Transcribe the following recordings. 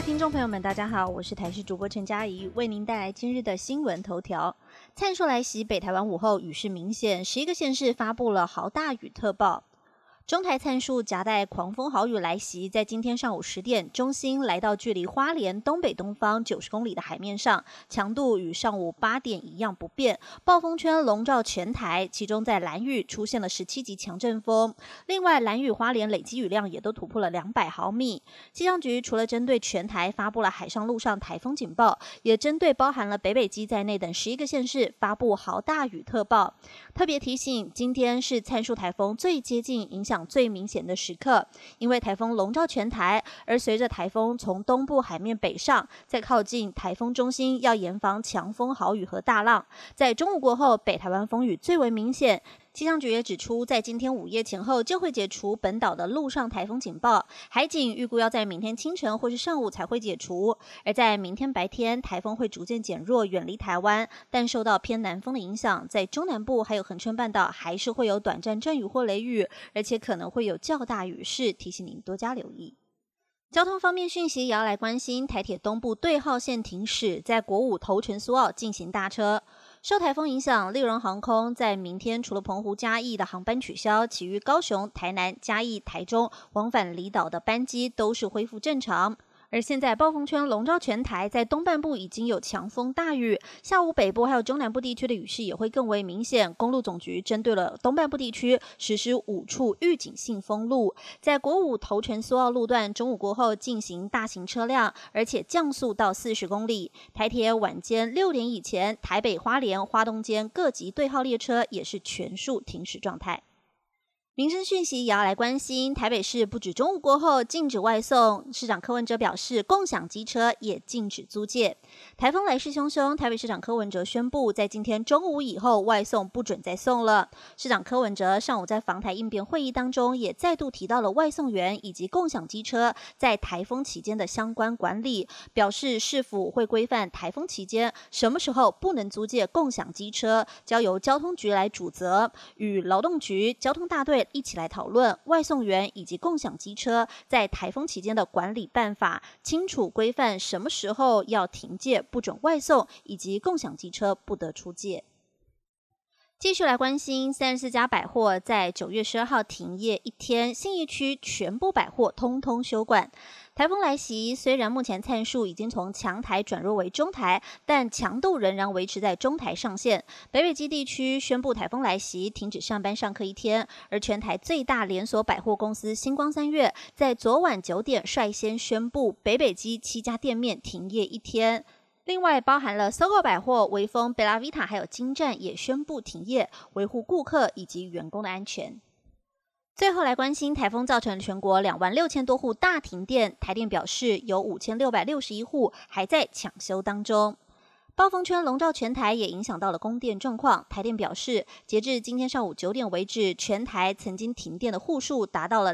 听众朋友们大家好，我是台视主播陈佳怡，为您带来今日的新闻头条。灿数来袭，北台湾午后雨势明显，11个县市发布了豪大雨特报。中台灿数夹带狂风豪雨来袭，在今天上午10点，中心来到距离花莲东北东方90公里的海面上，强度与上午8点一样不变，暴风圈笼罩全台，其中在兰屿出现了17级强阵风，另外兰屿花莲累积雨量也都突破了200毫米。气象局除了针对全台发布了海上陆上台风警报，也针对包含了北基在内等11个县市发布豪大雨特报，特别提醒今天是灿数台风最接近影响最明显的时刻，因为台风笼罩全台，而随着台风从东部海面北上，在靠近台风中心，要严防强风豪雨和大浪。在中午过后，北台湾风雨最为明显。气象局也指出，在今天午夜前后就会解除本岛的陆上台风警报，海警预估要在明天清晨或是上午才会解除。而在明天白天，台风会逐渐减弱，远离台湾，但受到偏南风的影响，在中南部还有恒春半岛还是会有短暂阵雨或雷雨，而且可能会有较大雨势，提醒您多加留意。交通方面讯息也要来关心，台铁东部对号线停驶，在国五头城苏澳进行大车。受台风影响，立荣航空在明天除了澎湖嘉义的航班取消，其余高雄、台南、嘉义、台中往返离岛的班机都是恢复正常。而现在暴风圈笼罩全台，在东半部已经有强风大雨，下午北部还有中南部地区的雨势也会更为明显。公路总局针对了东半部地区实施5处预警性封路，在国五头城苏澳路段中午过后进行大型车辆，而且降速到40公里。台铁晚间6点以前，台北、花莲、花东间各级对号列车也是全数停驶状态。民生讯息也要来关心，台北市不止中午过后禁止外送，市长柯文哲表示，共享机车也禁止租借。台风来势汹汹，台北市长柯文哲宣布，在今天中午以后，外送不准再送了。市长柯文哲上午在防台应变会议当中，也再度提到了外送员以及共享机车在台风期间的相关管理，表示市府会规范台风期间什么时候不能租借共享机车，交由交通局来主责，与劳动局、交通大队一起来讨论外送员以及共享机车在台风期间的管理办法，清楚规范什么时候要停借不准外送，以及共享机车不得出借。继续来关心34家百货在9月12号停业1天，信义区全部百货通通休馆。台风来袭，虽然目前灿数已经从强台转弱为中台，但强度仍然维持在中台上限。北基地区宣布台风来袭，停止上班上课1天，而全台最大连锁百货公司星光三月在昨晚9点率先宣布北基7家店面停业1天。另外，包含了 SOGO 百货、微风、贝拉维塔还有金站也宣布停业，维护顾客以及员工的安全。最后来关心台风造成全国26000多户大停电，台电表示有5661户还在抢修当中。暴风圈笼罩全台，也影响到了供电状况。台电表示，截至今天上午9点为止，全台曾经停电的户数达到了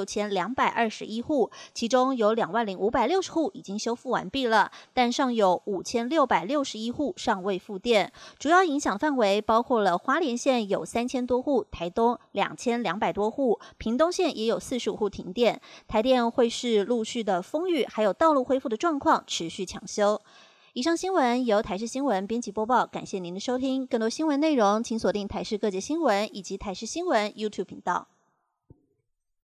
26221户，其中有20560户已经修复完毕了，但尚有5661户尚未复电。主要影响范围包括了花莲县有3000多户，台东2200多户，屏东县也有45户停电。台电会视陆续的风雨还有道路恢复的状况，持续抢修。以上新闻由台视新闻编辑播报，感谢您的收听。更多新闻内容，请锁定台视各界新闻以及台视新闻 YouTube 频道。